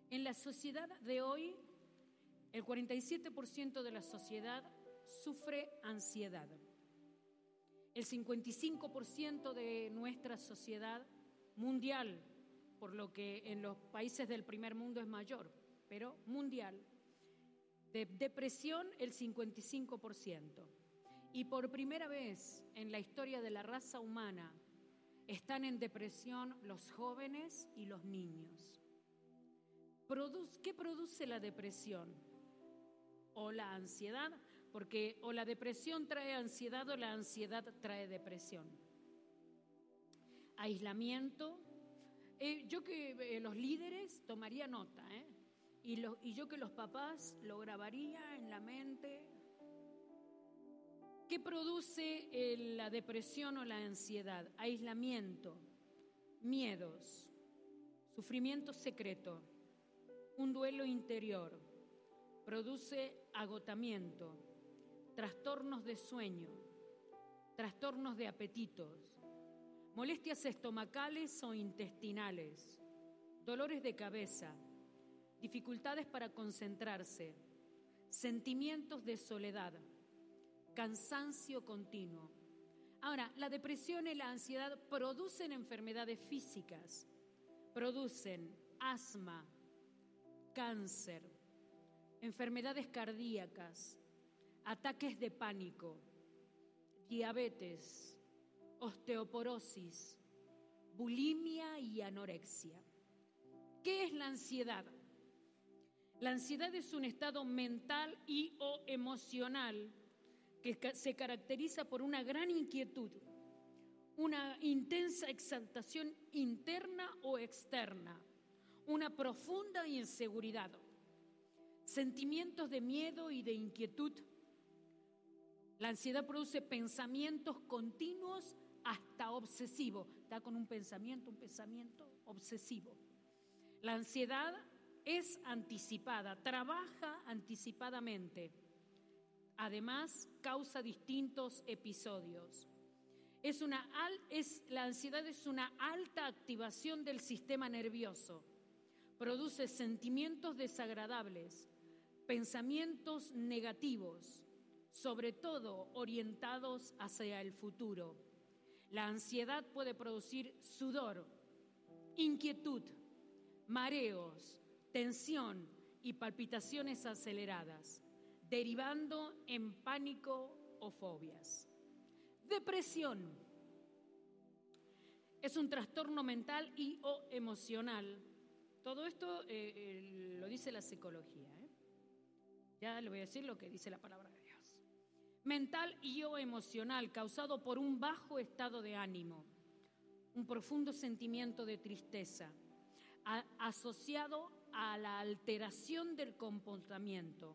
En la sociedad de hoy, el 47% de la sociedad sufre ansiedad. El 55% de nuestra sociedad mundial, por lo que en los países del primer mundo es mayor, pero mundial, de depresión el 55%. Y por primera vez en la historia de la raza humana están en depresión los jóvenes y los niños. ¿Qué produce la depresión? O la ansiedad, porque o la depresión trae ansiedad o la ansiedad trae depresión. Aislamiento. Yo que los líderes tomaría nota, y yo que los papás lo grabaría en la mente. ¿Qué produce la depresión o la ansiedad? Aislamiento, miedos, sufrimiento secreto, un duelo interior, produce agotamiento, trastornos de sueño, trastornos de apetitos, molestias estomacales o intestinales, dolores de cabeza, dificultades para concentrarse, sentimientos de soledad, cansancio continuo. Ahora, la depresión y la ansiedad producen enfermedades físicas, producen asma, cáncer, enfermedades cardíacas, ataques de pánico, diabetes, osteoporosis, bulimia y anorexia. ¿Qué es la ansiedad? La ansiedad es un estado mental y o emocional que se caracteriza por una gran inquietud, una intensa exaltación interna o externa, una profunda inseguridad, sentimientos de miedo y de inquietud. La ansiedad produce pensamientos continuos hasta obsesivos. Está con un pensamiento obsesivo. La ansiedad es anticipada, trabaja anticipadamente. Además, causa distintos episodios. La ansiedad es una alta activación del sistema nervioso. Produce sentimientos desagradables, pensamientos negativos, sobre todo orientados hacia el futuro. La ansiedad puede producir sudor, inquietud, mareos, tensión y palpitaciones aceleradas, derivando en pánico o fobias. Depresión es un trastorno mental y o emocional. Todo esto lo dice la psicología. Ya le voy a decir lo que dice la palabra de Dios. Mental y o emocional, causado por un bajo estado de ánimo, un profundo sentimiento de tristeza, asociado a la alteración del comportamiento,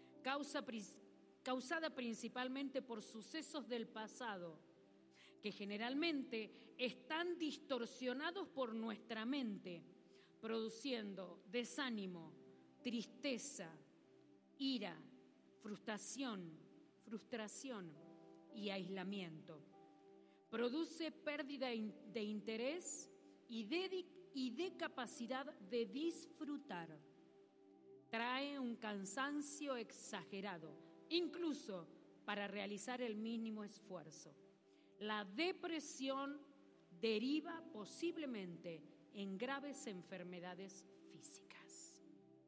causada principalmente por sucesos del pasado, que generalmente están distorsionados por nuestra mente, produciendo desánimo, tristeza, ira, frustración y aislamiento. Produce pérdida de interés y de capacidad de disfrutar. Trae un cansancio exagerado, incluso para realizar el mínimo esfuerzo. La depresión deriva posiblemente en graves enfermedades físicas.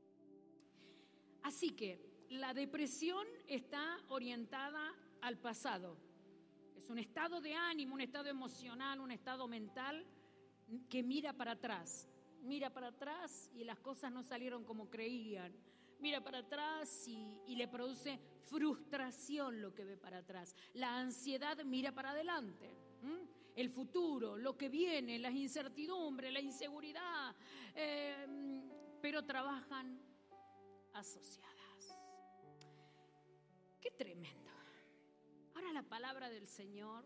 Así que la depresión está orientada al pasado. Es un estado de ánimo, un estado emocional, un estado mental que mira para atrás. Mira para atrás y las cosas no salieron como creían. Mira para atrás y le produce frustración lo que ve para atrás. La ansiedad mira para adelante. El futuro, lo que viene, las incertidumbres, la inseguridad, pero trabajan asociadas. ¡Qué tremendo! Ahora la palabra del Señor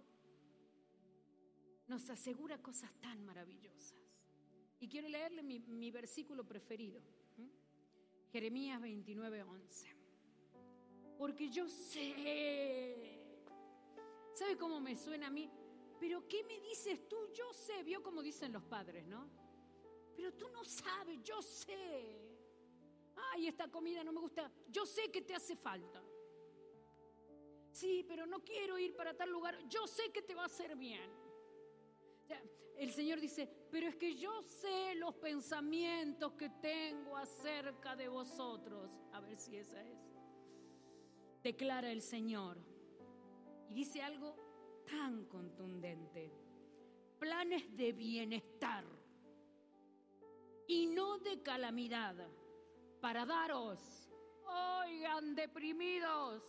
nos asegura cosas tan maravillosas. Y quiero leerle mi versículo preferido, Jeremías 29:11. Porque yo sé, ¿sabe cómo me suena a mí? ¿Pero qué me dices tú? Yo sé, vio como dicen los padres, ¿no? Pero tú no sabes, yo sé. Ay, esta comida no me gusta. Yo sé que te hace falta. Sí, pero no quiero ir para tal lugar. Yo sé que te va a hacer bien. O sea, el Señor dice, pero es que yo sé los pensamientos que tengo acerca de vosotros. A ver si esa es. Declara el Señor. Y dice algo tan contundente. Planes de bienestar y no de calamidad, para daros, oigan, deprimidos,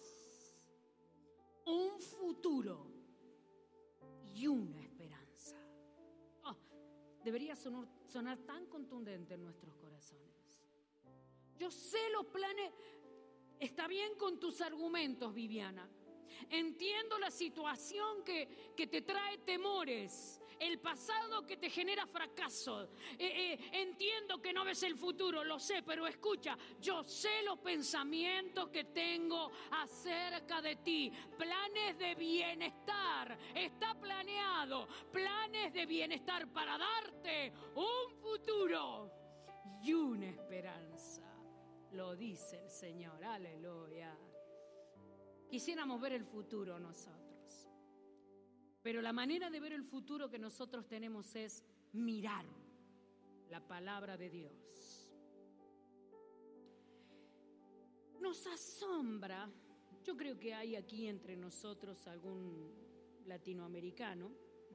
un futuro y una esperanza. Oh, debería sonar tan contundente en nuestros corazones. Yo sé los planes. Está bien con tus argumentos, Viviana. Entiendo la situación que te trae temores, el pasado que te genera fracaso. Entiendo que no ves el futuro, lo sé, pero escucha, yo sé los pensamientos que tengo acerca de ti. Planes de bienestar, está planeado, planes de bienestar para darte un futuro y una esperanza. Lo dice el Señor, aleluya. Quisiéramos ver el futuro nosotros, pero la manera de ver el futuro que nosotros tenemos es mirar la palabra de Dios. Nos asombra, yo creo que hay aquí entre nosotros algún latinoamericano.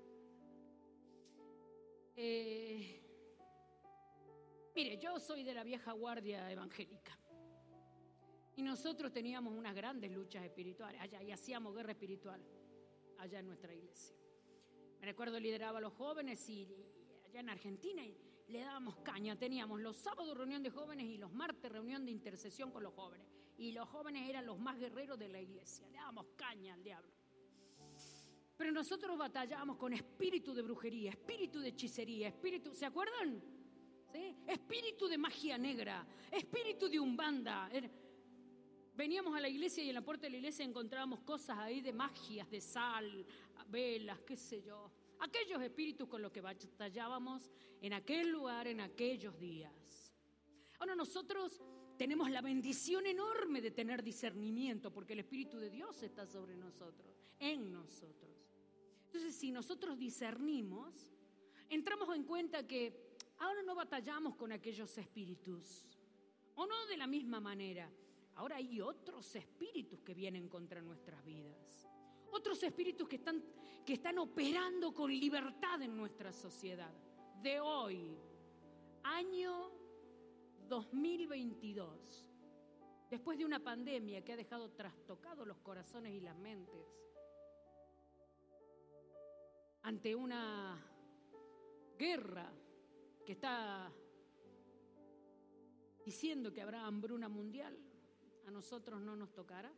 Mire, yo soy de la vieja guardia evangélica. Y nosotros teníamos unas grandes luchas espirituales allá y hacíamos guerra espiritual allá en nuestra iglesia. Me recuerdo, lideraba a los jóvenes y allá en Argentina y le dábamos caña. Teníamos los sábados reunión de jóvenes y los martes reunión de intercesión con los jóvenes. Y los jóvenes eran los más guerreros de la iglesia. Le dábamos caña al diablo. Pero nosotros batallábamos con espíritu de brujería, espíritu de hechicería, espíritu, ¿se acuerdan? ¿Sí? Espíritu de magia negra, espíritu de umbanda. Veníamos a la iglesia y en la puerta de la iglesia encontrábamos cosas ahí de magias, de sal, velas, qué sé yo. Aquellos espíritus con los que batallábamos en aquel lugar, en aquellos días. Ahora nosotros tenemos la bendición enorme de tener discernimiento porque el Espíritu de Dios está sobre nosotros, en nosotros. Entonces, si nosotros discernimos, entramos en cuenta que ahora no batallamos con aquellos espíritus, o no de la misma manera. Ahora hay otros espíritus que vienen contra nuestras vidas. Otros espíritus que están operando con libertad en nuestra sociedad. De hoy, año 2022, después de una pandemia que ha dejado trastocados los corazones y las mentes, ante una guerra que está diciendo que habrá hambruna mundial, a nosotros no nos tocará.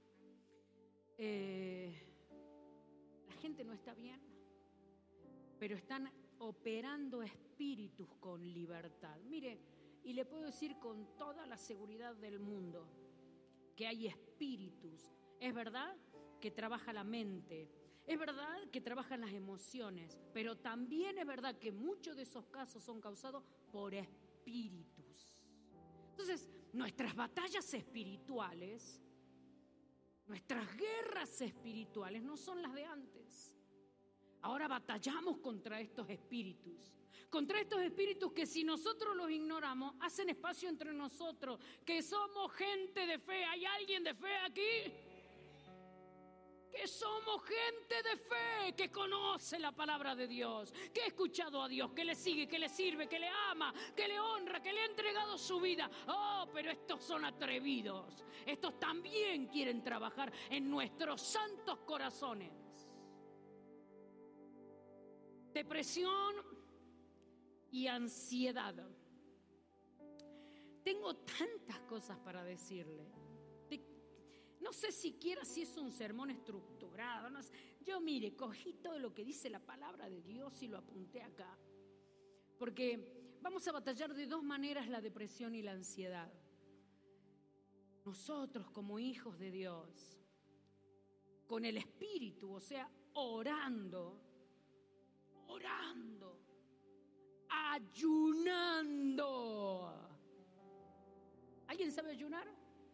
La gente no está bien, pero están operando espíritus con libertad. Mire, y le puedo decir con toda la seguridad del mundo que hay espíritus. Es verdad que trabaja la mente, es verdad que trabajan las emociones, pero también es verdad que muchos de esos casos son causados por espíritus. Entonces, nuestras batallas espirituales, nuestras guerras espirituales no son las de antes. Ahora batallamos contra estos espíritus que si nosotros los ignoramos, hacen espacio entre nosotros, que somos gente de fe. ¿Hay alguien de fe aquí? Que somos gente de fe, que conoce la palabra de Dios, que ha escuchado a Dios, que le sigue, que le sirve, que le ama, que le honra, que le ha entregado su vida. Oh, pero estos son atrevidos. Estos también quieren trabajar en nuestros santos corazones. Depresión y ansiedad. Tengo tantas cosas para decirle. No sé siquiera si es un sermón estructurado. No sé. Yo, mire, cogí todo lo que dice la palabra de Dios y lo apunté acá. Porque vamos a batallar de dos maneras la depresión y la ansiedad. Nosotros como hijos de Dios, con el Espíritu, o sea, orando, ayunando. ¿Alguien sabe ayunar?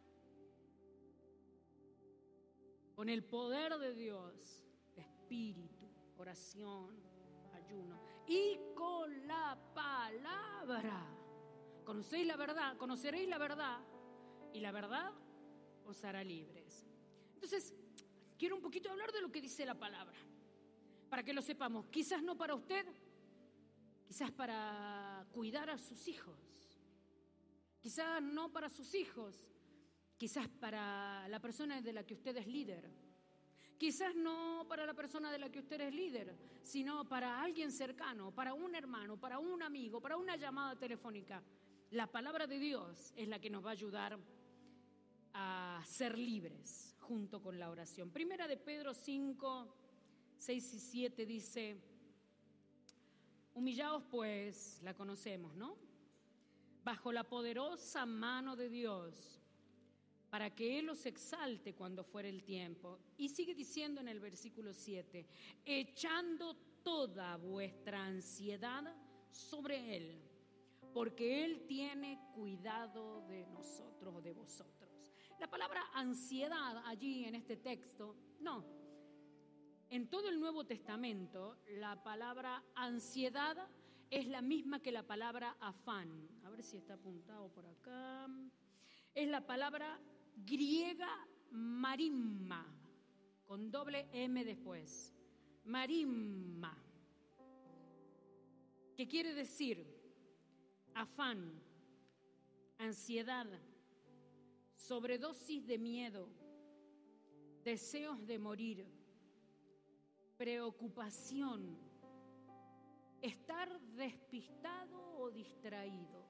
Con el poder de Dios, espíritu, oración, ayuno y con la palabra. Conocéis la verdad, conoceréis la verdad y la verdad os hará libres. Entonces, quiero un poquito hablar de lo que dice la palabra, para que lo sepamos. Quizás no para usted, quizás para cuidar a sus hijos, quizás no para sus hijos, quizás para la persona de la que usted es líder, quizás no para la persona de la que usted es líder, sino para alguien cercano, para un hermano, para un amigo, para una llamada telefónica. La palabra de Dios es la que nos va a ayudar a ser libres junto con la oración. Primera de Pedro 5, 6 y 7 dice: humillaos pues, la conocemos, ¿no? Bajo la poderosa mano de Dios, para que Él os exalte cuando fuere el tiempo. Y sigue diciendo en el versículo 7, echando toda vuestra ansiedad sobre Él, porque Él tiene cuidado de nosotros o de vosotros. La palabra ansiedad allí en este texto, no. En todo el Nuevo Testamento, la palabra ansiedad es la misma que la palabra afán. A ver si está apuntado por acá. Es la palabra griega marimma, con doble M después. Marimma. ¿Qué quiere decir? Afán, ansiedad, sobredosis de miedo, deseos de morir, preocupación, estar despistado o distraído,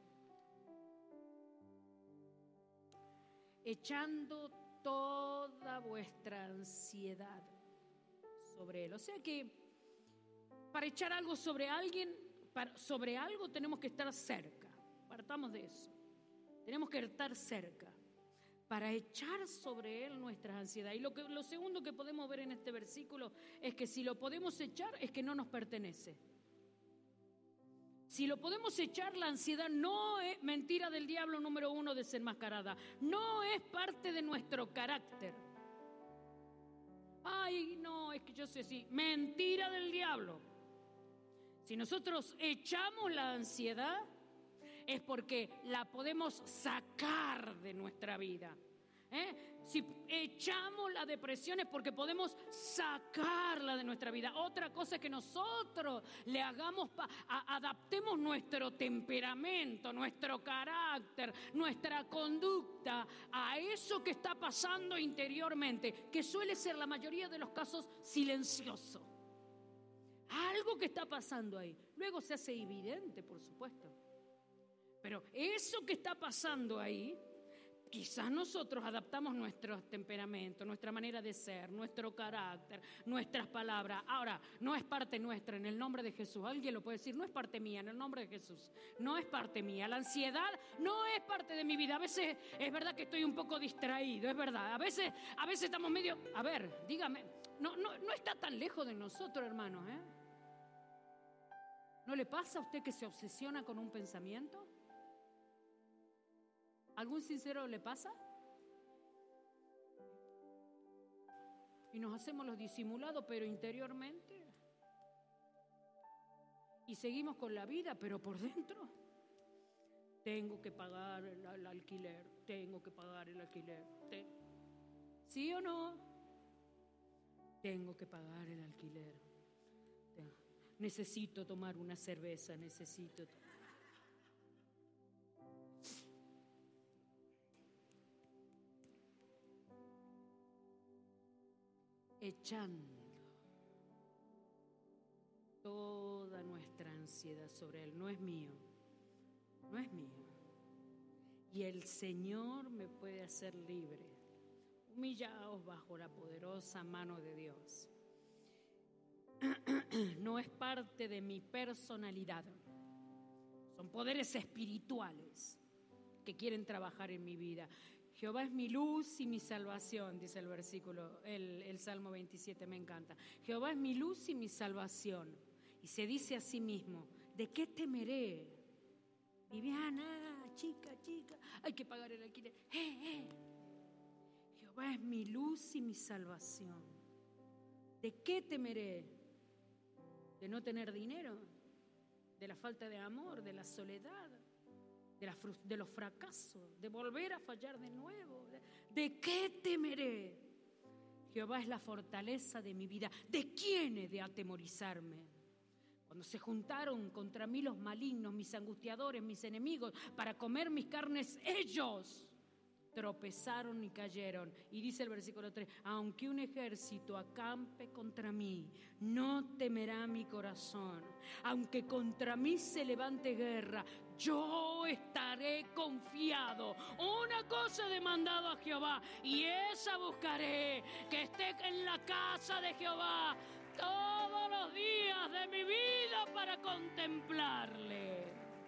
echando toda vuestra ansiedad sobre Él. O sea que para echar algo sobre alguien, sobre algo tenemos que estar cerca. Partamos de eso. Tenemos que estar cerca para echar sobre Él nuestras ansiedades. Y lo segundo que podemos ver en este versículo es que si lo podemos echar es que no nos pertenece. Si lo podemos echar, la ansiedad no es mentira del diablo número 1 desenmascarada. No es parte de nuestro carácter. Ay, no, es que yo sé así. Mentira del diablo. Si nosotros echamos la ansiedad, es porque la podemos sacar de nuestra vida. Si echamos la depresión es porque podemos sacarla de nuestra vida. Otra cosa es que nosotros le hagamos, adaptemos nuestro temperamento, nuestro carácter, nuestra conducta a eso que está pasando interiormente, que suele ser la mayoría de los casos silencioso. Algo que está pasando ahí. Luego se hace evidente, por supuesto. Pero eso que está pasando ahí, quizás nosotros adaptamos nuestro temperamento, nuestra manera de ser, nuestro carácter, nuestras palabras. Ahora, no es parte nuestra en el nombre de Jesús. Alguien lo puede decir, no es parte mía en el nombre de Jesús. No es parte mía. La ansiedad no es parte de mi vida. A veces es verdad que estoy un poco distraído, es verdad. A veces estamos medio... A ver, dígame, no está tan lejos de nosotros, hermanos, ¿eh? ¿No le pasa a usted que se obsesiona con un pensamiento? ¿Algún sincero le pasa? Y nos hacemos los disimulados, pero interiormente. Y seguimos con la vida, pero por dentro. Tengo que pagar el alquiler, tengo que pagar el alquiler. ¿Sí o no? Tengo que pagar el alquiler. Necesito tomar una cerveza, necesito... Echando toda nuestra ansiedad sobre Él. No es mío, no es mío. Y el Señor me puede hacer libre. Humillaos bajo la poderosa mano de Dios. No es parte de mi personalidad. Son poderes espirituales que quieren trabajar en mi vida. Jehová es mi luz y mi salvación, dice el versículo, el Salmo 27, me encanta. Jehová es mi luz y mi salvación. Y se dice a sí mismo, ¿de qué temeré? Viviana, chica, hay que pagar el alquiler. Jehová es mi luz y mi salvación. ¿De qué temeré? ¿De no tener dinero? ¿De la falta de amor? ¿De la soledad? ¿De los fracasos? ¿De volver a fallar de nuevo? ¿De qué temeré? Jehová es la fortaleza de mi vida. ¿De quién he de atemorizarme? Cuando se juntaron contra mí los malignos, mis angustiadores, mis enemigos, para comer mis carnes, ellos tropezaron y cayeron. Y dice el versículo 3, aunque un ejército acampe contra mí, no temerá mi corazón. Aunque contra mí se levante guerra, yo estaré confiado. Una cosa he demandado a Jehová, y esa buscaré, que esté en la casa de Jehová todos los días de mi vida para contemplarle.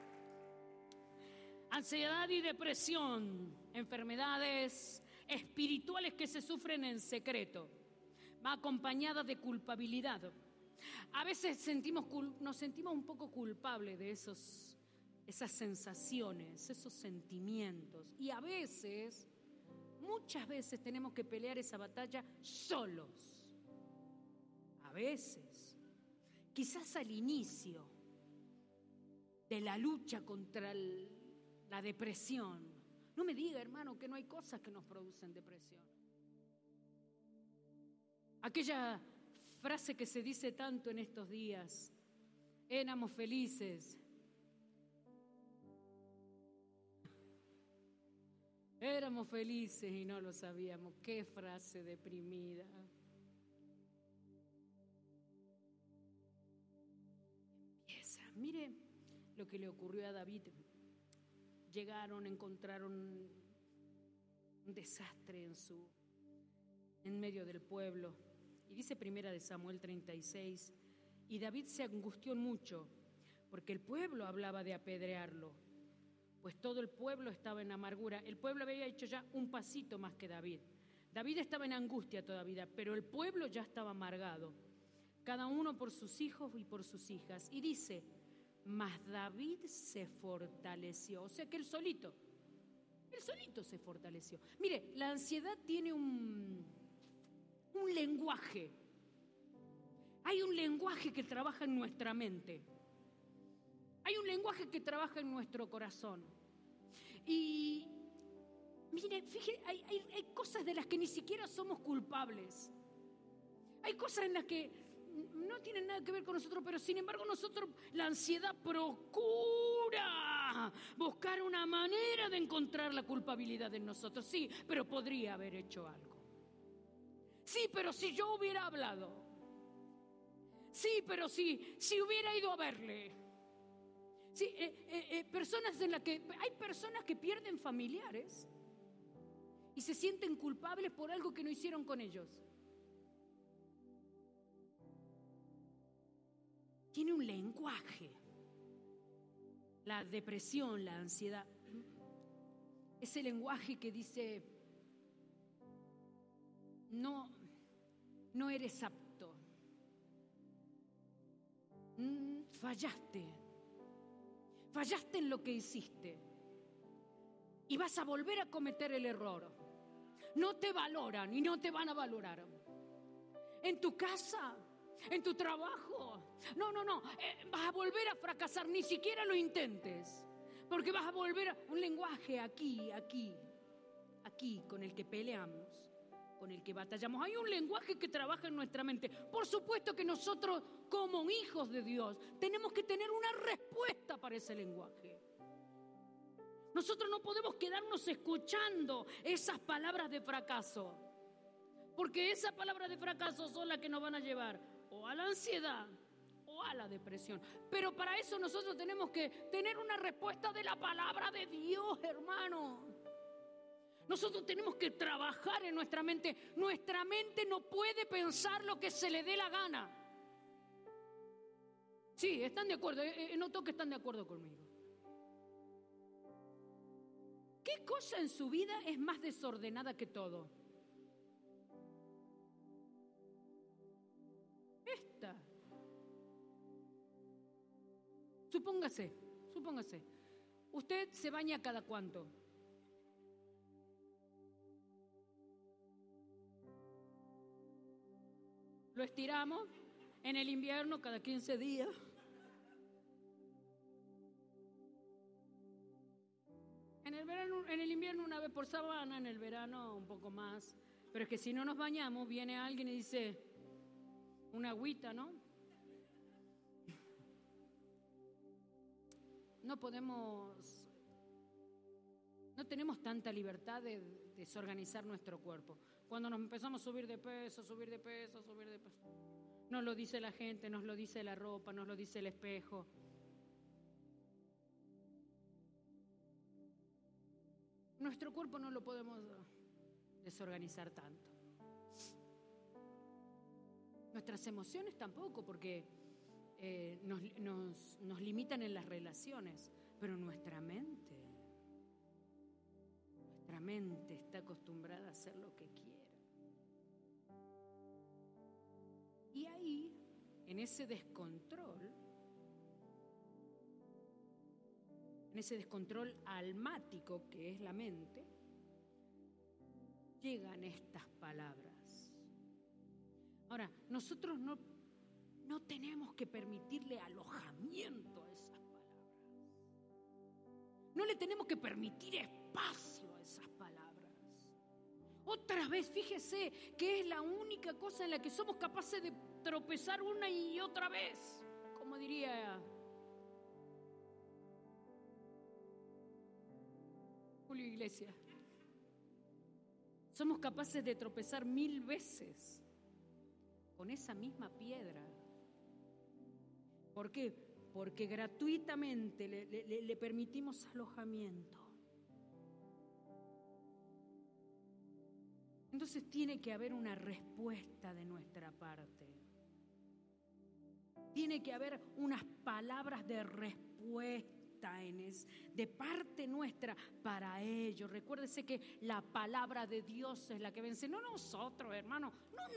Ansiedad y depresión, enfermedades espirituales que se sufren en secreto, va acompañada de culpabilidad. A veces nos sentimos un poco culpables de esas sensaciones, esos sentimientos. Y a veces, muchas veces tenemos que pelear esa batalla solos. A veces, quizás al inicio de la lucha contra la depresión. No me diga, hermano, que no hay cosas que nos producen depresión. Aquella frase que se dice tanto en estos días, éramos felices. Éramos felices y no lo sabíamos. Qué frase deprimida. Mire lo que le ocurrió a David. Llegaron, encontraron un desastre en medio del pueblo. Y dice Primera de Samuel 36, y David se angustió mucho, porque el pueblo hablaba de apedrearlo, pues todo el pueblo estaba en amargura. El pueblo había hecho ya un pasito más que David. David estaba en angustia todavía, pero el pueblo ya estaba amargado, cada uno por sus hijos y por sus hijas. Y dice, mas David se fortaleció. O sea que él solito se fortaleció. Mire, la ansiedad tiene un lenguaje. Hay un lenguaje que trabaja en nuestra mente. Hay un lenguaje que trabaja en nuestro corazón. Y mire, fíjese, hay cosas de las que ni siquiera somos culpables. Hay cosas en las que no tienen nada que ver con nosotros, pero sin embargo la ansiedad procura buscar una manera de encontrar la culpabilidad en nosotros. Sí, pero podría haber hecho algo. Sí, pero si yo hubiera hablado. Sí, pero si hubiera ido a verle. Sí, personas en las que hay personas que pierden familiares y se sienten culpables por algo que no hicieron con ellos. Tiene un lenguaje. La depresión, la ansiedad, ese lenguaje que dice, no eres apto, fallaste en lo que hiciste y vas a volver a cometer el error. No te valoran y no te van a valorar. En tu casa, en tu trabajo. No. Vas a volver a fracasar, ni siquiera lo intentes. Porque vas a volver a un lenguaje aquí, con el que peleamos, con el que batallamos. Hay un lenguaje que trabaja en nuestra mente. Por supuesto que nosotros, como hijos de Dios, tenemos que tener una respuesta para ese lenguaje. Nosotros no podemos quedarnos escuchando esas palabras de fracaso. Porque esas palabras de fracaso son las que nos van a llevar o a la ansiedad o a la depresión. Pero para eso nosotros tenemos que tener una respuesta de la palabra de Dios, hermano. Nosotros tenemos que trabajar en nuestra mente. Nuestra mente no puede pensar lo que se le dé la gana. Sí, están de acuerdo. Noto que están de acuerdo conmigo. ¿Qué cosa en su vida es más desordenada que todo? Esta. Supóngase. ¿Usted se baña cada cuánto? Lo estiramos. En el invierno, cada 15 días. En el invierno una vez por semana, en el verano un poco más. Pero es que si no nos bañamos, viene alguien y dice, una agüita, ¿no? No tenemos tanta libertad de desorganizar nuestro cuerpo. Cuando nos empezamos a subir de peso, nos lo dice la gente, nos lo dice la ropa, nos lo dice el espejo. Nuestro cuerpo no lo podemos desorganizar tanto. Nuestras emociones tampoco, porque nos limitan en las relaciones, pero nuestra mente está acostumbrada a hacer lo que quiera. Y ahí, en ese descontrol almático que es la mente, llegan estas palabras. Ahora, nosotros no tenemos que permitirle alojamiento a esas palabras. No le tenemos que permitir espacio a esas palabras. Otra vez, fíjese que es la única cosa en la que somos capaces de tropezar una y otra vez. Como diría Julio Iglesias. Somos capaces de tropezar 1000 veces con esa misma piedra. ¿Por qué? Porque gratuitamente le permitimos alojamiento. Entonces tiene que haber una respuesta de nuestra parte. Tiene que haber unas palabras de respuesta de parte nuestra para ello. Recuérdese que la palabra de Dios es la que vence, no nosotros, hermano.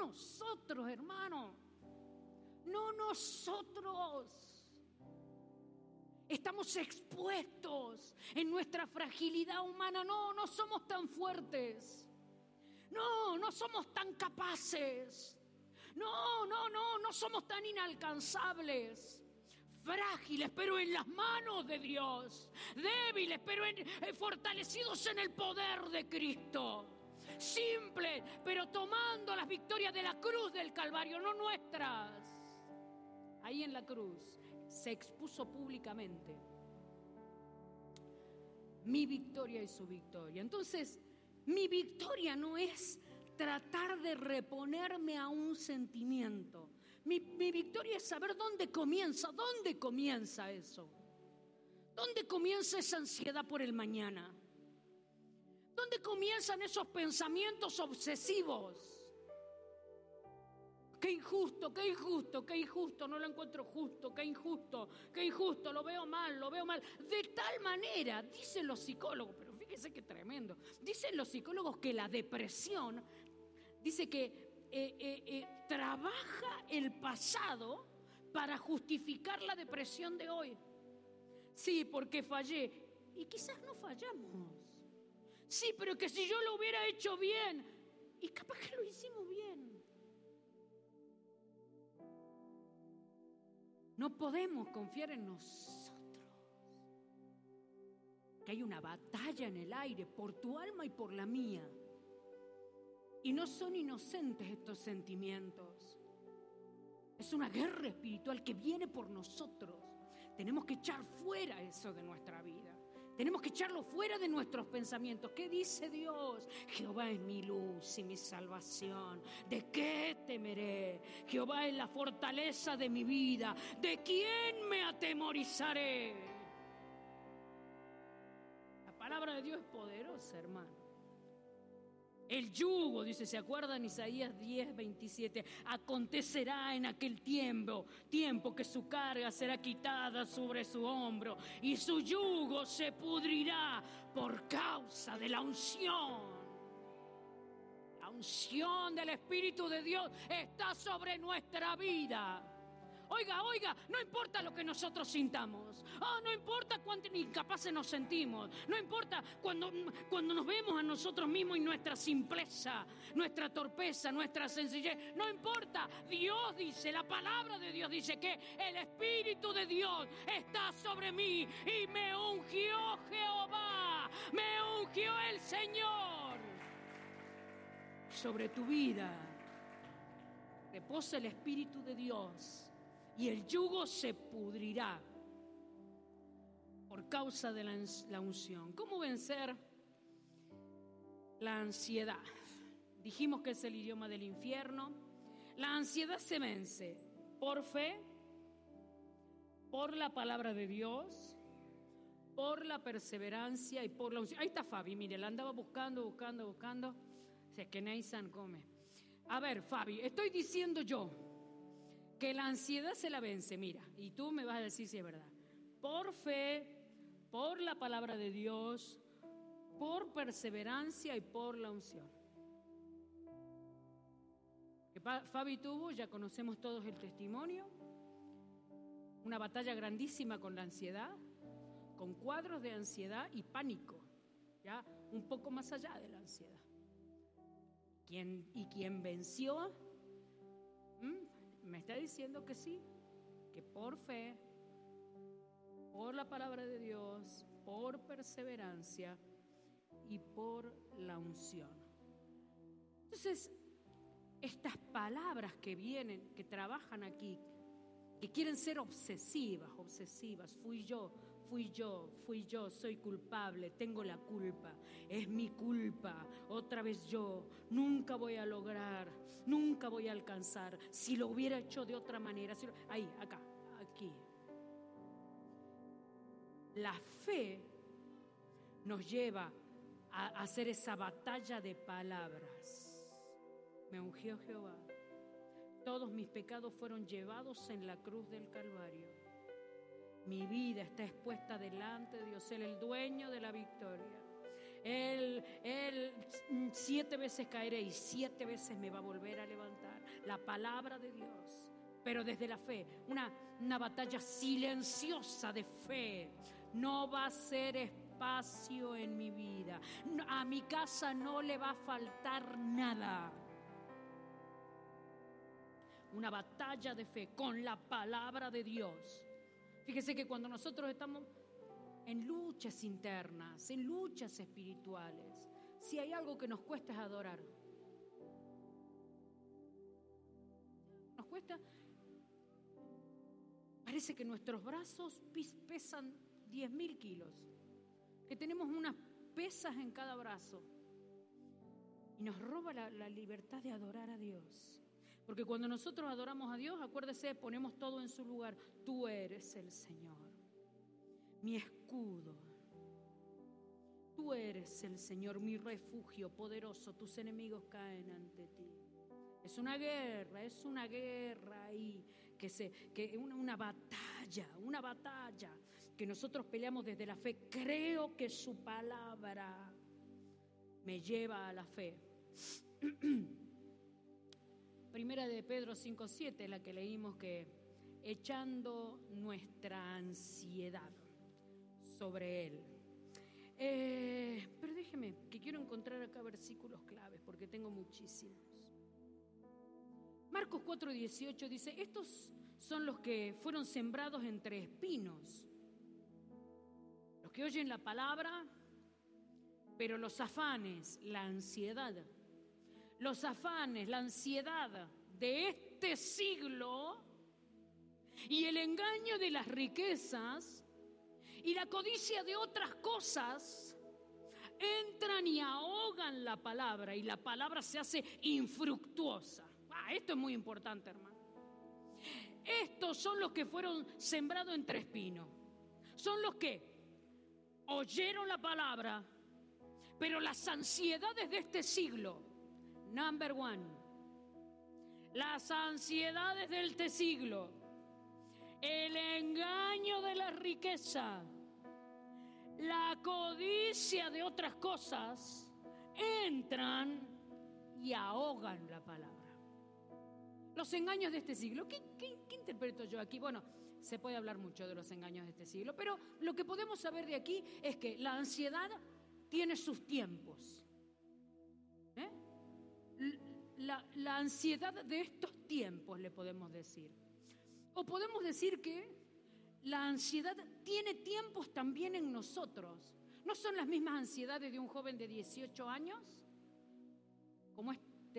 Estamos expuestos en nuestra fragilidad humana. No somos tan fuertes. No somos tan capaces. No somos tan inalcanzables. Frágiles, pero en las manos de Dios. Débiles, pero fortalecidos en el poder de Cristo. Simples, pero tomando las victorias de la cruz del Calvario, no nuestras. Ahí en la cruz se expuso públicamente mi victoria y su victoria. Entonces, mi victoria no es tratar de reponerme a un sentimiento. Mi victoria es saber dónde comienza eso. ¿Dónde comienza esa ansiedad por el mañana? ¿Dónde comienzan esos pensamientos obsesivos? Qué injusto, no lo encuentro justo, qué injusto, lo veo mal. De tal manera, dicen los psicólogos, pero fíjese qué tremendo, dicen los psicólogos que la depresión, dice que trabaja el pasado para justificar la depresión de hoy. Sí, porque fallé. Y quizás no fallamos. Sí, pero que si yo lo hubiera hecho bien. Y capaz que lo hicimos bien. No podemos confiar en nosotros. Que hay una batalla en el aire por tu alma y por la mía. Y no son inocentes estos sentimientos. Es una guerra espiritual que viene por nosotros. Tenemos que echar fuera eso de nuestra vida. Tenemos que echarlo fuera de nuestros pensamientos. ¿Qué dice Dios? Jehová es mi luz y mi salvación. ¿De qué temeré? Jehová es la fortaleza de mi vida. ¿De quién me atemorizaré? La palabra de Dios es poderosa, hermano. El yugo, dice, ¿se acuerdan? Isaías 10:27. Acontecerá en aquel tiempo que su carga será quitada sobre su hombro y su yugo se pudrirá por causa de la unción. La unción del Espíritu de Dios está sobre nuestra vida. Oiga, no importa lo que nosotros sintamos. No importa cuánto incapaces nos sentimos. No importa cuando nos vemos a nosotros mismos y nuestra simpleza, nuestra torpeza, nuestra sencillez. No importa. Dios dice, la palabra de Dios dice que el Espíritu de Dios está sobre mí y me ungió Jehová, me ungió el Señor. Sobre tu vida reposa el Espíritu de Dios. Y el yugo se pudrirá por causa de la unción. ¿Cómo vencer la ansiedad? Dijimos que es el idioma del infierno. La ansiedad se vence por fe, por la palabra de Dios, por la perseverancia y por la unción. Ahí está Fabi, mire, la andaba buscando. Si es que Neysan come. A ver, Fabi, estoy diciendo yo que la ansiedad se la vence, mira, y tú me vas a decir si es verdad. Por fe, por la palabra de Dios, por perseverancia y por la unción. Que Fabi tuvo, ya conocemos todos el testimonio, una batalla grandísima con la ansiedad, con cuadros de ansiedad y pánico, ya un poco más allá de la ansiedad. ¿Quién venció? Me está diciendo que sí, que por fe, por la palabra de Dios, por perseverancia y por la unción. Entonces, estas palabras que vienen, que trabajan aquí, que quieren ser obsesivas, fui yo, soy culpable, tengo la culpa, es mi culpa, otra vez yo, nunca voy a lograr, nunca voy a alcanzar, si lo hubiera hecho de otra manera, ahí, acá, aquí. La fe nos lleva a hacer esa batalla de palabras. Me ungió Jehová, todos mis pecados fueron llevados en la cruz del Calvario. Mi vida está expuesta delante de Dios, Él el dueño de la victoria. Él 7 veces caeré y 7 veces me va a volver a levantar. La palabra de Dios, pero desde la fe, una batalla silenciosa de fe. No va a ser espacio en mi vida. A mi casa no le va a faltar nada. Una batalla de fe con la palabra de Dios. Fíjese que cuando nosotros estamos en luchas internas, en luchas espirituales, si hay algo que nos cuesta es adorar. Nos cuesta. Parece que nuestros brazos pesan 10.000 kilos, que tenemos unas pesas en cada brazo y nos roba la libertad de adorar a Dios. Porque cuando nosotros adoramos a Dios, acuérdese, ponemos todo en su lugar. Tú eres el Señor, mi escudo. Tú eres el Señor, mi refugio poderoso. Tus enemigos caen ante ti. Es una guerra ahí, una batalla que nosotros peleamos desde la fe. Creo que su palabra me lleva a la fe. Primera de Pedro 5:7, la que leímos, que echando nuestra ansiedad sobre Él. Pero déjeme, que quiero encontrar acá versículos claves, porque tengo muchísimos. Marcos 4:18 dice, estos son los que fueron sembrados entre espinos, los que oyen la palabra, pero los afanes, la ansiedad, la ansiedad de este siglo y el engaño de las riquezas y la codicia de otras cosas entran y ahogan la palabra, y la palabra se hace infructuosa. Esto es muy importante, hermano. Estos son los que fueron sembrados entre espinos. Son los que oyeron la palabra, pero las ansiedades de este siglo, number one, las ansiedades de este siglo, el engaño de la riqueza, la codicia de otras cosas, entran y ahogan la palabra. Los engaños de este siglo. ¿Qué interpreto yo aquí? Bueno, se puede hablar mucho de los engaños de este siglo, pero lo que podemos saber de aquí es que la ansiedad tiene sus tiempos. La ansiedad de estos tiempos, le podemos decir. O podemos decir que la ansiedad tiene tiempos también en nosotros. ¿No son las mismas ansiedades de un joven de 18 años? Como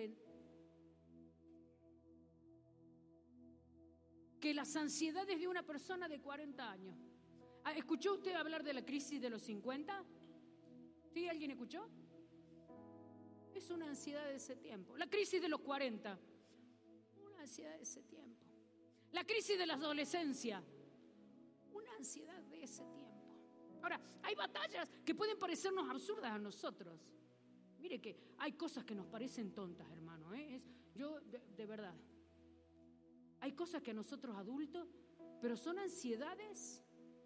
que las ansiedades de una persona de 40 años. ¿Escuchó usted hablar de la crisis de los 50? ¿Sí? ¿Alguien escuchó? Es una ansiedad de ese tiempo. La crisis de los 40, una ansiedad de ese tiempo. La crisis de la adolescencia, una ansiedad de ese tiempo. Ahora, hay batallas que pueden parecernos absurdas a nosotros. Mire que hay cosas que nos parecen tontas, hermano. Yo, de verdad, hay cosas que a nosotros adultos, pero son ansiedades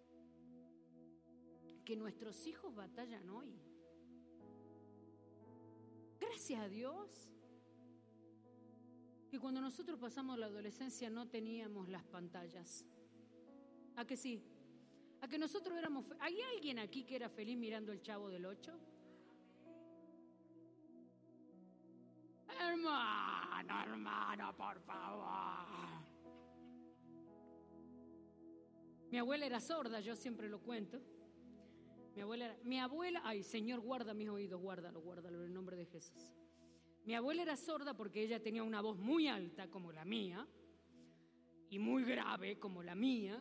que nuestros hijos batallan hoy. Gracias a Dios que cuando nosotros pasamos la adolescencia no teníamos las pantallas. ¿A que sí? ¿A que nosotros éramos... ¿Hay alguien aquí que era feliz mirando el Chavo del Ocho? Hermano, por favor. Mi abuela era sorda, yo siempre lo cuento. Mi abuela, ay, Señor, guarda mis oídos, guárdalo en el nombre de Jesús. Mi abuela era sorda porque ella tenía una voz muy alta como la mía y muy grave como la mía.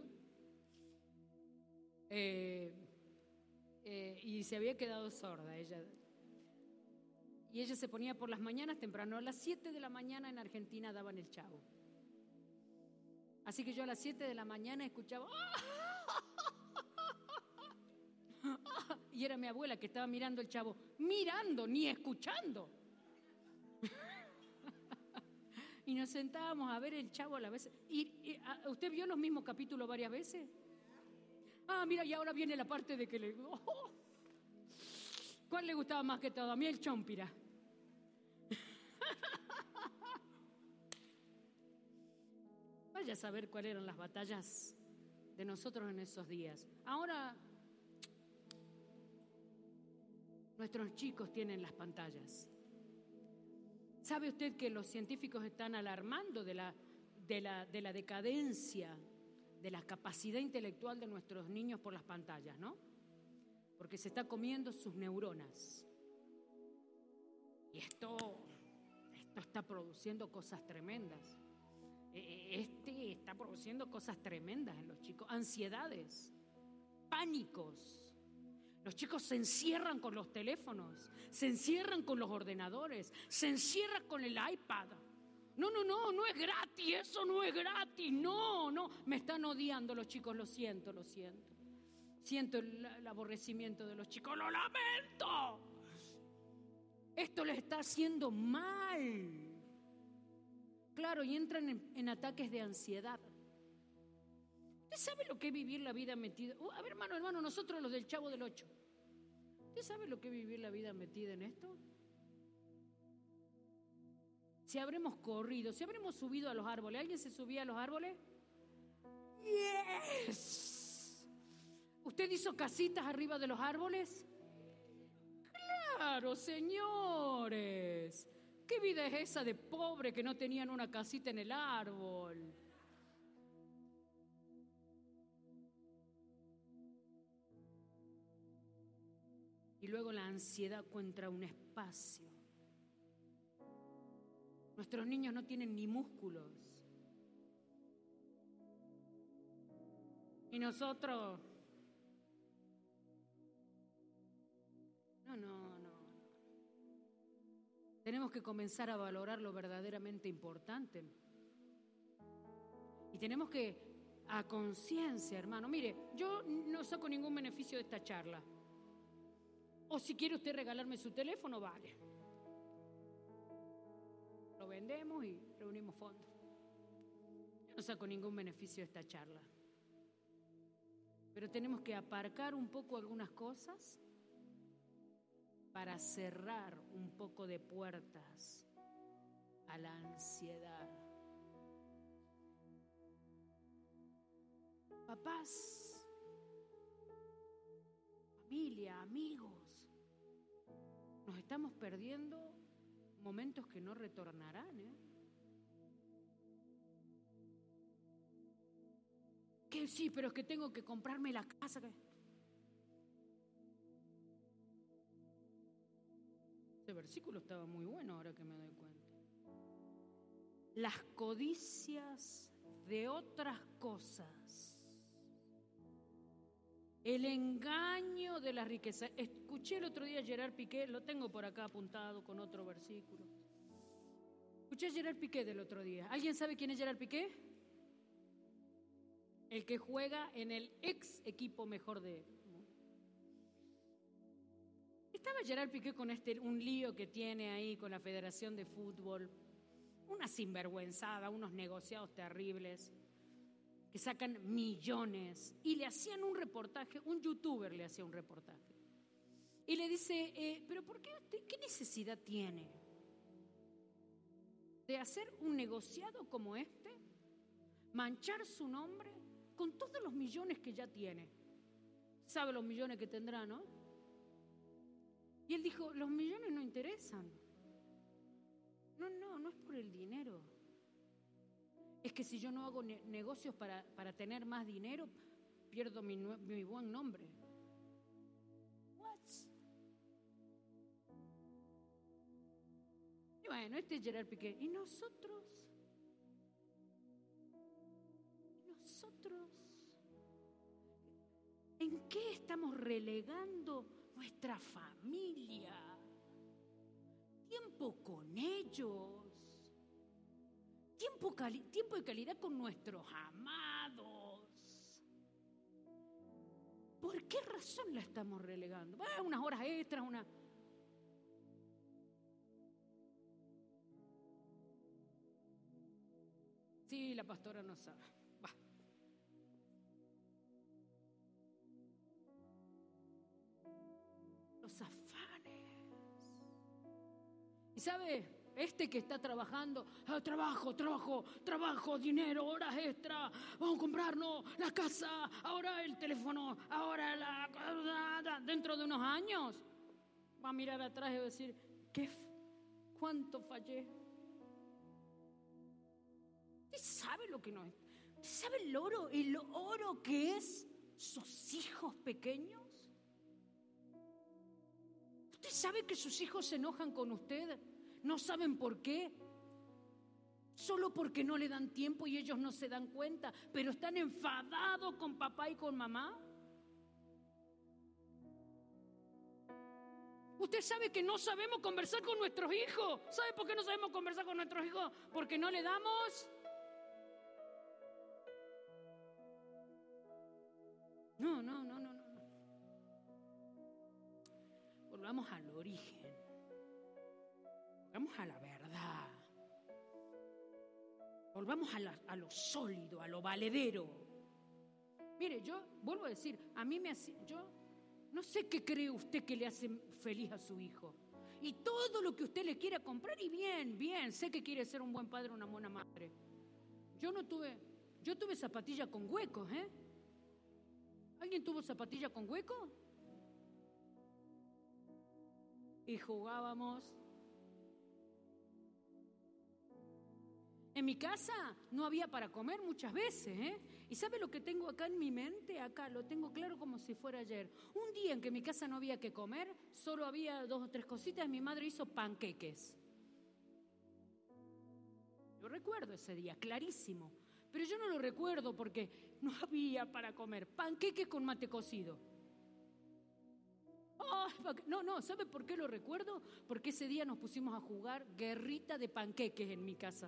Y se había quedado sorda ella. Y ella se ponía por las mañanas temprano. A las 7 de la mañana en Argentina daban el Chavo. Así que yo a las 7 de la mañana escuchaba... Y era mi abuela que estaba mirando el Chavo. Mirando, ni escuchando. Y nos sentábamos a ver el Chavo a la vez. ¿Usted vio los mismos capítulos varias veces? Mira, y ahora viene la parte de que le... ¿Cuál le gustaba más que todo? A mí el Chompira. Vaya a saber cuáles eran las batallas de nosotros en esos días. Ahora, nuestros chicos tienen las pantallas. ¿Sabe usted que los científicos están alarmando de la decadencia, de la capacidad intelectual de nuestros niños por las pantallas, ¿no? Porque se está comiendo sus neuronas. Y esto está produciendo cosas tremendas. Está produciendo cosas tremendas en los chicos. Ansiedades, pánicos. Los chicos se encierran con los teléfonos, se encierran con los ordenadores, se encierran con el iPad. No es gratis, eso no es gratis, no, me están odiando los chicos, lo siento. Siento el aborrecimiento de los chicos, lo lamento. Esto les está haciendo mal. Claro, y entran en ataques de ansiedad. ¿Usted sabe lo que es vivir la vida metida? A ver, hermano, nosotros los del Chavo del Ocho. ¿Usted sabe lo que es vivir la vida metida en esto? Si habremos corrido, si habremos subido a los árboles. ¿Alguien se subía a los árboles? ¡Yes! ¿Usted hizo casitas arriba de los árboles? ¡Claro, señores! ¿Qué vida es esa de pobre que no tenían una casita en el árbol? Y luego la ansiedad encuentra un espacio. Nuestros niños no tienen ni músculos. Y nosotros... No. Tenemos que comenzar a valorar lo verdaderamente importante. Y tenemos que, a conciencia, hermano. Mire, yo no saco ningún beneficio de esta charla. O si quiere usted regalarme su teléfono, vale. Lo vendemos y reunimos fondos. Yo no saco ningún beneficio de esta charla. Pero tenemos que aparcar un poco algunas cosas para cerrar un poco de puertas a la ansiedad. Papás, familia, amigos, nos estamos perdiendo momentos que no retornarán, ¿eh? Que sí, pero es que tengo que comprarme la casa. Ese versículo estaba muy bueno ahora que me doy cuenta. Las codicias de otras cosas, el engaño de la riqueza. Escuché el otro día a Gerard Piqué, lo tengo por acá apuntado con otro versículo. Escuché a Gerard Piqué del otro día. ¿Alguien sabe quién es Gerard Piqué? El que juega en el ex equipo mejor de... Estaba Gerard Piqué con un lío que tiene ahí con la Federación de Fútbol, una sinvergüenzada, unos negociados terribles que sacan millones, y le hacían un reportaje, un youtuber le hacía un reportaje, y le dice, pero ¿por qué usted, qué necesidad tiene de hacer un negociado como este, manchar su nombre con todos los millones que ya tiene? ¿Sabe los millones que tendrá, no? Y él dijo, los millones no interesan. No es por el dinero. Es que si yo no hago negocios para tener más dinero, pierdo mi buen nombre. What? Y bueno, este es Gerard Piqué. ¿Y nosotros? ¿En qué estamos relegando nuestra familia? Tiempo con ellos. Tiempo de calidad con nuestros amados. ¿Por qué razón la estamos relegando? Unas horas extras, Sí, la pastora no sabe. Los afanes. ¿Y sabe? Este que está trabajando, trabajo, dinero, horas extra, vamos a comprarnos la casa, ahora el teléfono, ahora dentro de unos años va a mirar atrás y va a decir, ¿cuánto fallé? ¿Usted sabe lo que no es? ¿Usted sabe el oro que es sus hijos pequeños? ¿Usted sabe que sus hijos se enojan con usted? ¿No saben por qué? Solo porque no le dan tiempo y ellos no se dan cuenta, pero están enfadados con papá y con mamá. Usted sabe que no sabemos conversar con nuestros hijos. ¿Sabe por qué no sabemos conversar con nuestros hijos? Porque no le damos. No. Volvamos al origen. Volvamos a la verdad. Volvamos a lo sólido, a lo valedero. Mire, yo vuelvo a decir, yo no sé qué cree usted que le hace feliz a su hijo. Y todo lo que usted le quiera comprar, y bien, sé que quiere ser un buen padre, una buena madre. Yo tuve zapatillas con huecos, ¿eh? ¿Alguien tuvo zapatilla con hueco? Y jugábamos. En mi casa no había para comer muchas veces, ¿eh? ¿Y sabe lo que tengo acá en mi mente? Acá lo tengo claro como si fuera ayer. Un día en que en mi casa no había que comer, solo había 2 o 3 cositas, mi madre hizo panqueques. Yo recuerdo ese día, clarísimo. Pero yo no lo recuerdo porque no había para comer. Panqueques con mate cocido. Oh, no, ¿sabe por qué lo recuerdo? Porque ese día nos pusimos a jugar guerrita de panqueques en mi casa.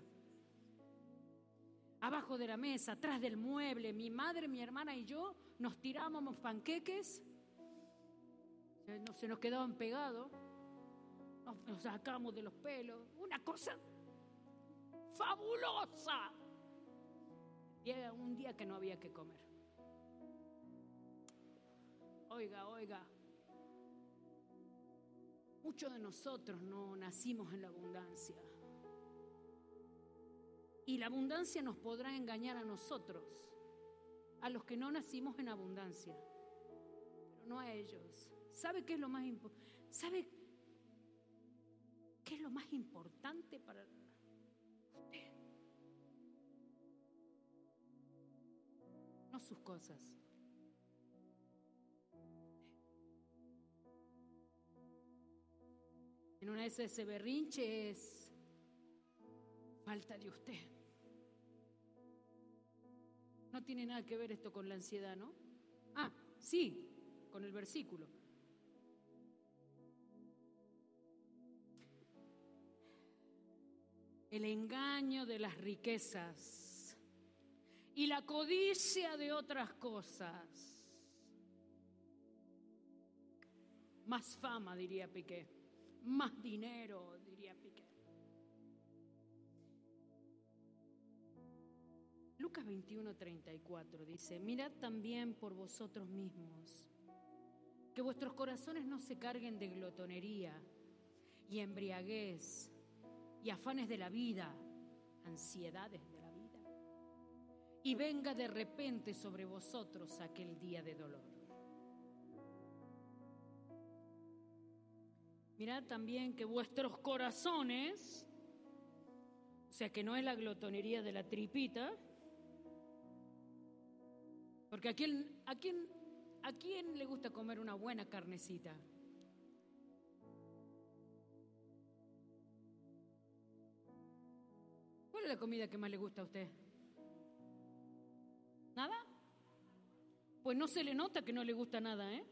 Abajo de la mesa, atrás del mueble, mi madre, mi hermana y yo nos tirábamos panqueques. Se nos quedaban pegados. Nos sacábamos de los pelos. Una cosa fabulosa. Llega un día que no había que comer. Oiga. Muchos de nosotros no nacimos en la abundancia. Y la abundancia nos podrá engañar a nosotros, a los que no nacimos en abundancia, pero no a ellos. ¿Sabe qué es lo más importante? ¿Sabe qué es lo más importante para usted? No sus cosas. En una de esas ese berrinche es falta de usted. No tiene nada que ver esto con la ansiedad, ¿no? Ah, sí, con el versículo. El engaño de las riquezas y la codicia de otras cosas. Más fama, diría Piqué. Más dinero, diría Piqué. Lucas 21:34 dice: mirad también por vosotros mismos, que vuestros corazones no se carguen de glotonería y embriaguez y afanes de la vida, ansiedades de la vida, y venga de repente sobre vosotros aquel día de dolor. Mirad también que vuestros corazones, o sea que no es la glotonería de la tripita, porque ¿a quién le gusta comer una buena carnecita? ¿Cuál es la comida que más le gusta a usted? ¿Nada? Pues no se le nota que no le gusta nada, ¿eh?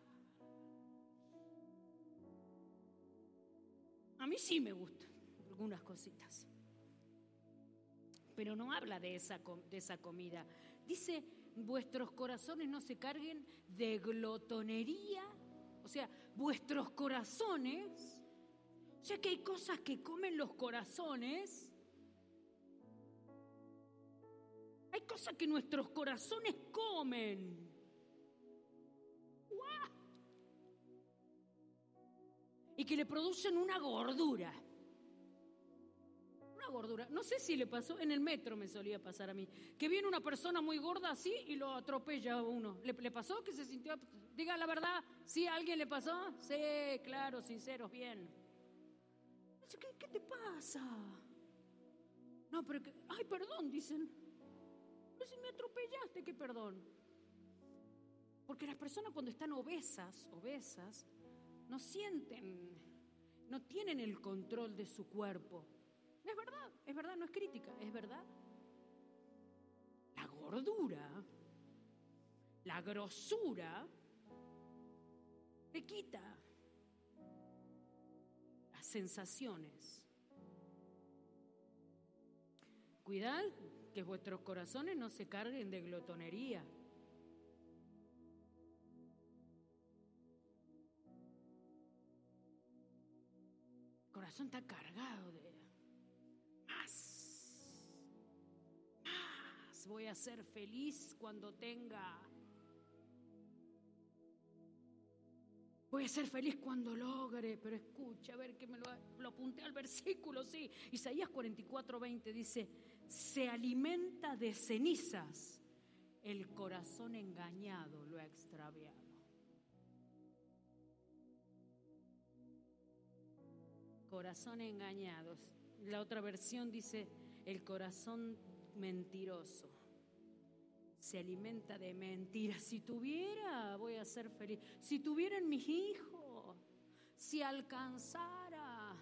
A mí sí me gustan algunas cositas, pero no habla de esa comida. Dice: vuestros corazones no se carguen de glotonería, o sea, vuestros corazones, o sea que hay cosas que comen los corazones, hay cosas que nuestros corazones comen. ¡Guau! Y que le producen una gordura. Una gordura. No sé si le pasó, en el metro me solía pasar a mí, que viene una persona muy gorda así y lo atropella a uno. ¿Le pasó que se sintió? Diga la verdad, ¿sí a alguien le pasó? Sí, claro, sinceros, bien. ¿Qué te pasa? No, pero que, ay, perdón, dicen. Pero si me atropellaste, ¿qué perdón? Porque las personas cuando están obesas, no sienten, no tienen el control de su cuerpo. Es verdad, no es crítica, es verdad. La gordura, la grosura, te quita las sensaciones. Cuidad que vuestros corazones no se carguen de glotonería. El corazón está cargado de más. Voy a ser feliz cuando tenga. Voy a ser feliz cuando logre. Pero escucha, a ver que me lo apunté al versículo, sí. Isaías 44:20 dice: se alimenta de cenizas, el corazón engañado lo ha extraviado. Corazón engañado. La otra versión dice: el corazón mentiroso se alimenta de mentiras. Si tuviera, voy a ser feliz. Si tuvieran mis hijos, si alcanzara,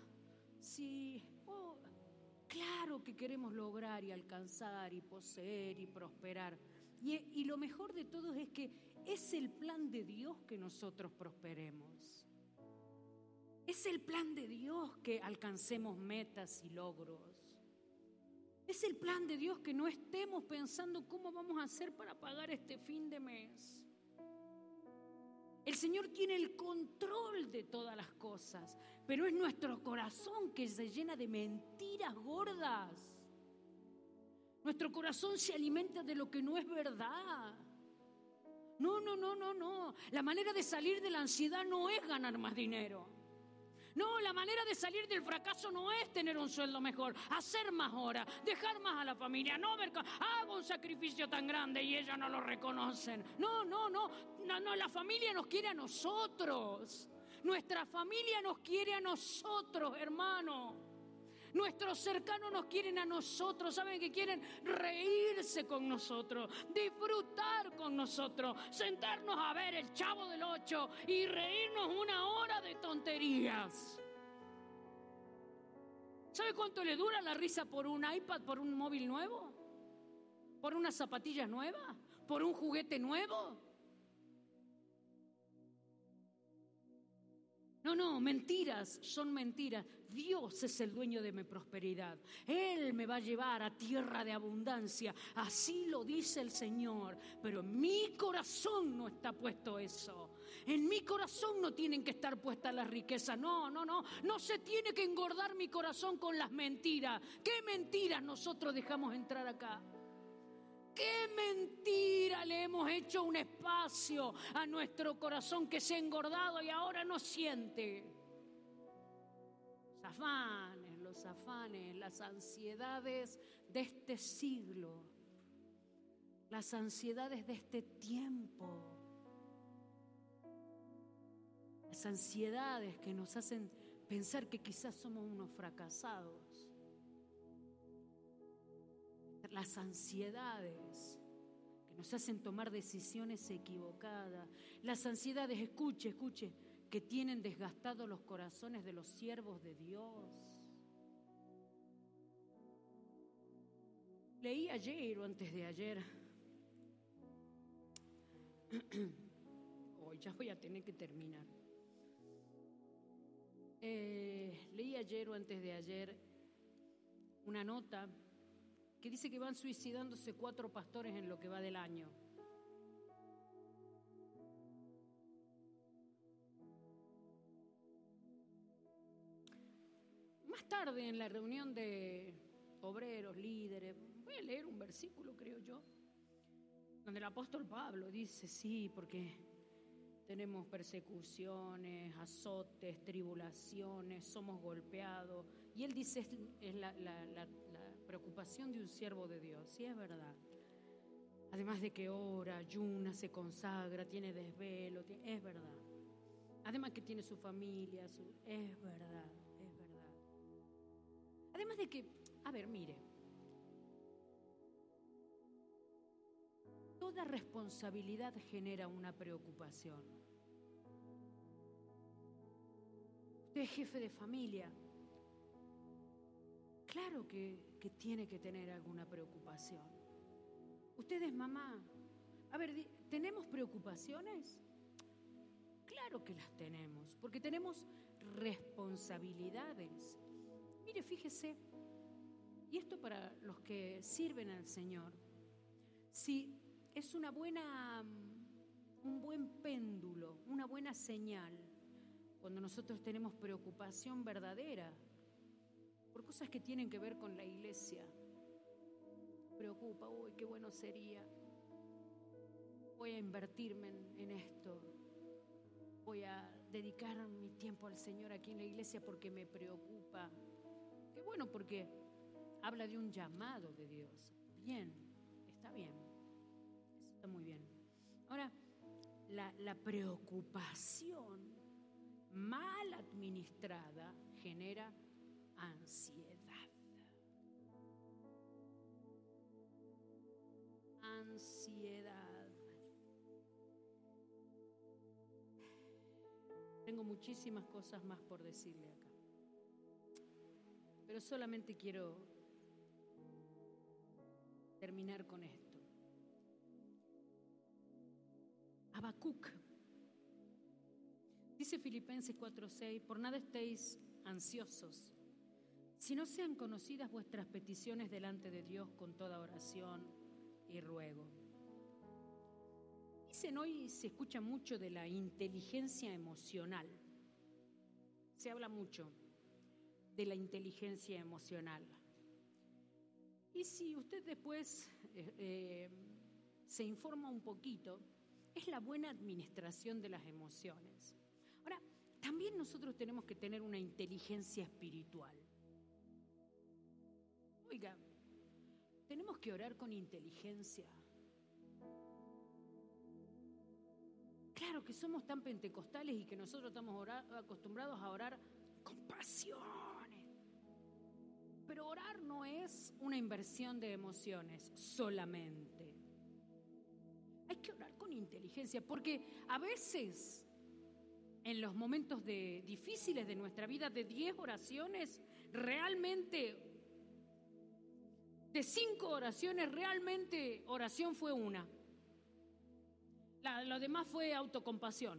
claro que queremos lograr y alcanzar y poseer y prosperar. Y lo mejor de todo es que es el plan de Dios que nosotros prosperemos. Es el plan de Dios que alcancemos metas y logros. Es el plan de Dios que no estemos pensando cómo vamos a hacer para pagar este fin de mes. El Señor tiene el control de todas las cosas, pero es nuestro corazón que se llena de mentiras gordas. Nuestro corazón se alimenta de lo que no es verdad. No. La manera de salir de la ansiedad no es ganar más dinero. No, la manera de salir del fracaso no es tener un sueldo mejor, hacer más horas, dejar más a la familia, no ver, hago un sacrificio tan grande y ellos no lo reconocen. No, la familia nos quiere a nosotros. Nuestra familia nos quiere a nosotros, hermano. Nuestros cercanos nos quieren a nosotros, ¿saben que quieren? Reírse con nosotros, disfrutar con nosotros, sentarnos a ver el Chavo del Ocho y reírnos una hora de tonterías. ¿Sabe cuánto le dura la risa por un iPad, por un móvil nuevo? ¿Por unas zapatillas nuevas? ¿Por un juguete nuevo? No, mentiras, son mentiras. Dios es el dueño de mi prosperidad. Él me va a llevar a tierra de abundancia. Así lo dice el Señor. Pero en mi corazón no está puesto eso. En mi corazón no tienen que estar puestas las riquezas. No se tiene que engordar mi corazón con las mentiras. ¿Qué mentiras nosotros dejamos entrar acá? ¿Qué mentira le hemos hecho un espacio a nuestro corazón que se ha engordado y ahora no siente? Los afanes, las ansiedades de este siglo, las ansiedades de este tiempo, las ansiedades que nos hacen pensar que quizás somos unos fracasados. Las ansiedades que nos hacen tomar decisiones equivocadas. Las ansiedades, escuche, que tienen desgastados los corazones de los siervos de Dios. Leí ayer o antes de ayer. Hoy ya voy a tener que terminar. Leí ayer o antes de ayer una nota que dice que van suicidándose 4 pastores en lo que va del año. Más tarde, en la reunión de obreros, líderes, voy a leer un versículo, creo yo, donde el apóstol Pablo dice, sí, porque tenemos persecuciones, azotes, tribulaciones, somos golpeados. Y él dice, es la preocupación de un siervo de Dios, sí es verdad. Además de que ora, ayuna, se consagra, tiene desvelo, es verdad. Además que tiene su familia, es verdad. Además de que, mire, toda responsabilidad genera una preocupación. Usted es jefe de familia. Claro que tiene que tener alguna preocupación. Usted es mamá. ¿Tenemos preocupaciones? Claro que las tenemos, porque tenemos responsabilidades. Mire, fíjese, y esto para los que sirven al Señor, si es un buen péndulo, una buena señal, cuando nosotros tenemos preocupación verdadera por cosas que tienen que ver con la iglesia. Preocupa, qué bueno sería, voy a invertirme en esto, voy a dedicar mi tiempo al Señor aquí en la iglesia porque me preocupa. Qué bueno, porque habla de un llamado de Dios. Bien, está bien, eso está muy bien. Ahora, la preocupación mal administrada genera ansiedad. Tengo muchísimas cosas más por decirle acá, pero solamente quiero terminar con esto. Habacuc dice, Filipenses 4:6, por nada estéis ansiosos, si no sean conocidas vuestras peticiones delante de Dios con toda oración y ruego. Dicen, hoy se escucha mucho de la inteligencia emocional. Se habla mucho de la inteligencia emocional. Y si usted después se informa un poquito, es la buena administración de las emociones. Ahora, también nosotros tenemos que tener una inteligencia espiritual. Oiga, tenemos que orar con inteligencia. Claro que somos tan pentecostales y que nosotros estamos acostumbrados a orar con pasiones. Pero orar no es una inversión de emociones solamente. Hay que orar con inteligencia, porque a veces, en los momentos difíciles de nuestra vida, de 10 oraciones, realmente, de 5 oraciones, realmente oración fue una. Lo demás fue autocompasión.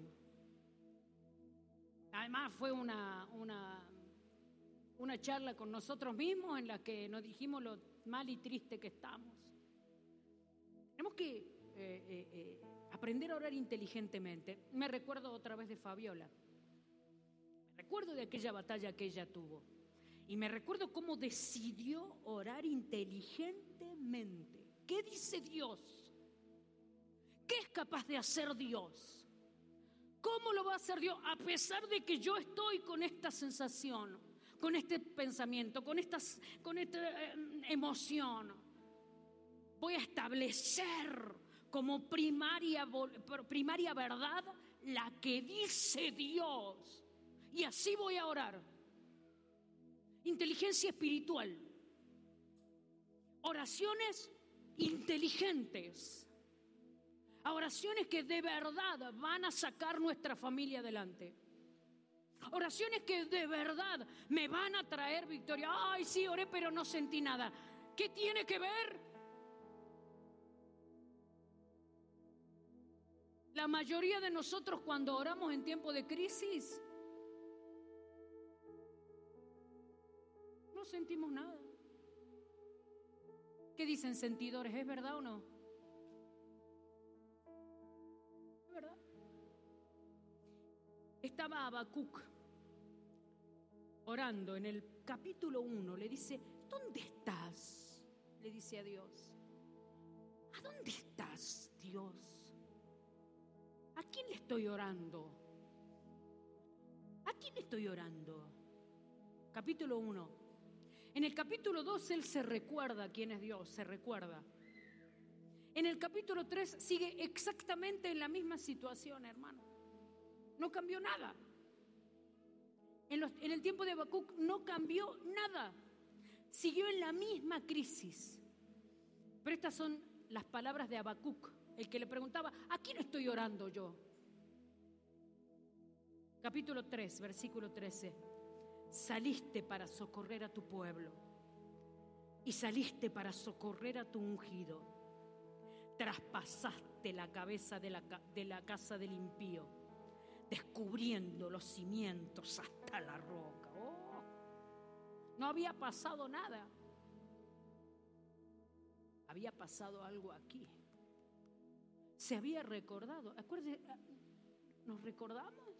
Además fue una charla con nosotros mismos en la que nos dijimos lo mal y triste que estamos. Tenemos que aprender a orar inteligentemente. Me recuerdo otra vez de Fabiola. Me recuerdo de aquella batalla que ella tuvo. Y me recuerdo cómo decidió orar inteligentemente. ¿Qué dice Dios? ¿Qué es capaz de hacer Dios? ¿Cómo lo va a hacer Dios? A pesar de que yo estoy con esta sensación, con este pensamiento, con esta emoción, voy a establecer como primaria verdad la que dice Dios. Y así voy a orar. Inteligencia espiritual. Oraciones inteligentes. A oraciones que de verdad van a sacar nuestra familia adelante. Oraciones que de verdad me van a traer victoria. Ay, sí, oré, pero no sentí nada. ¿Qué tiene que ver? La mayoría de nosotros cuando oramos en tiempo de crisis no sentimos nada. ¿Qué dicen sentidores? ¿Es verdad o no? ¿Verdad? Estaba Habacuc orando en el capítulo 1, le dice, ¿dónde estás? Le dice a Dios. ¿A dónde estás, Dios? ¿A quién le estoy orando? ¿A quién le estoy orando? Capítulo 1. En el capítulo 2 él se recuerda quién es Dios, se recuerda. En el capítulo 3 sigue exactamente en la misma situación, hermano. No cambió nada. En el tiempo de Habacuc no cambió nada. Siguió en la misma crisis. Pero estas son las palabras de Habacuc, el que le preguntaba, ¿a quién estoy orando yo? Capítulo 3, versículo 13. Saliste para socorrer a tu pueblo y saliste para socorrer a tu ungido. Traspasaste la cabeza de la casa del impío, descubriendo los cimientos hasta la roca. Oh, no había pasado nada. Había pasado algo aquí. Se había recordado. Acuérdense, ¿nos recordamos?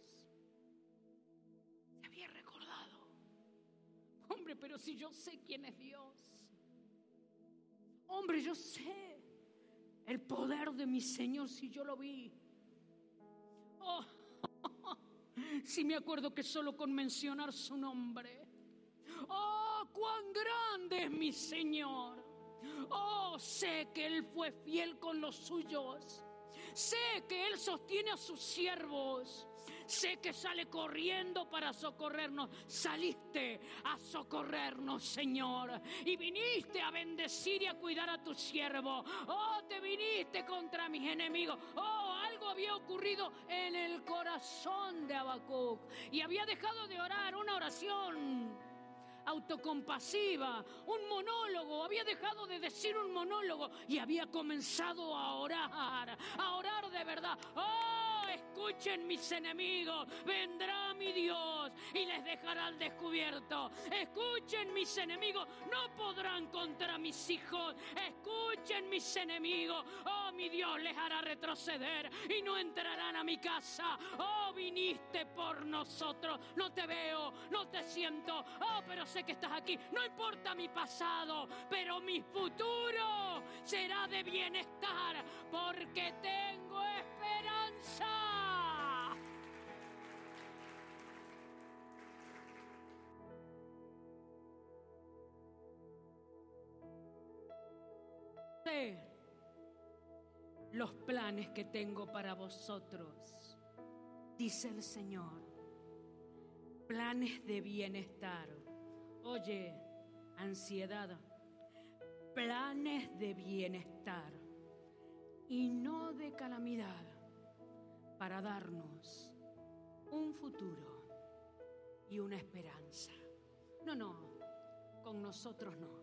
Se había recordado. Hombre, pero si yo sé quién es Dios. Hombre, yo sé el poder de mi Señor si yo lo vi. Oh, si me acuerdo que solo con mencionar su nombre. Oh, cuán grande es mi Señor. Oh, sé que Él fue fiel con los suyos. Sé que Él sostiene a sus siervos. Sé que sale corriendo para socorrernos. Saliste a socorrernos, Señor. Y viniste a bendecir y a cuidar a tu siervo. Oh, te viniste contra mis enemigos. Oh, algo había ocurrido en el corazón de Habacuc. Y había dejado de orar una oración autocompasiva, un monólogo. Había dejado de decir un monólogo y había comenzado a orar de verdad. ¡Oh, escuchen mis enemigos! Vendrá mi Dios y les dejará al descubierto. Escuchen mis enemigos, no podrán contra mis hijos. Escuchen mis enemigos, oh, mi Dios les hará retroceder y no entrarán a mi casa. Oh, viniste por nosotros. No te veo, no te siento, oh, pero sé que estás aquí. No importa mi pasado, pero mi futuro será de bienestar, porque tengo esperanza. los planes que tengo para vosotros, dice el Señor. Planes de bienestar. Oye, ansiedad, planes de bienestar y no de calamidad, para darnos un futuro y una esperanza. No, con nosotros no.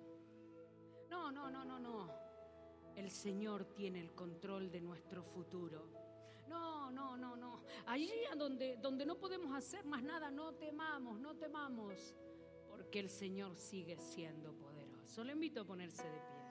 No. El Señor tiene el control de nuestro futuro. No. Allí donde no podemos hacer más nada, no temamos, porque el Señor sigue siendo poderoso. Le invito a ponerse de pie.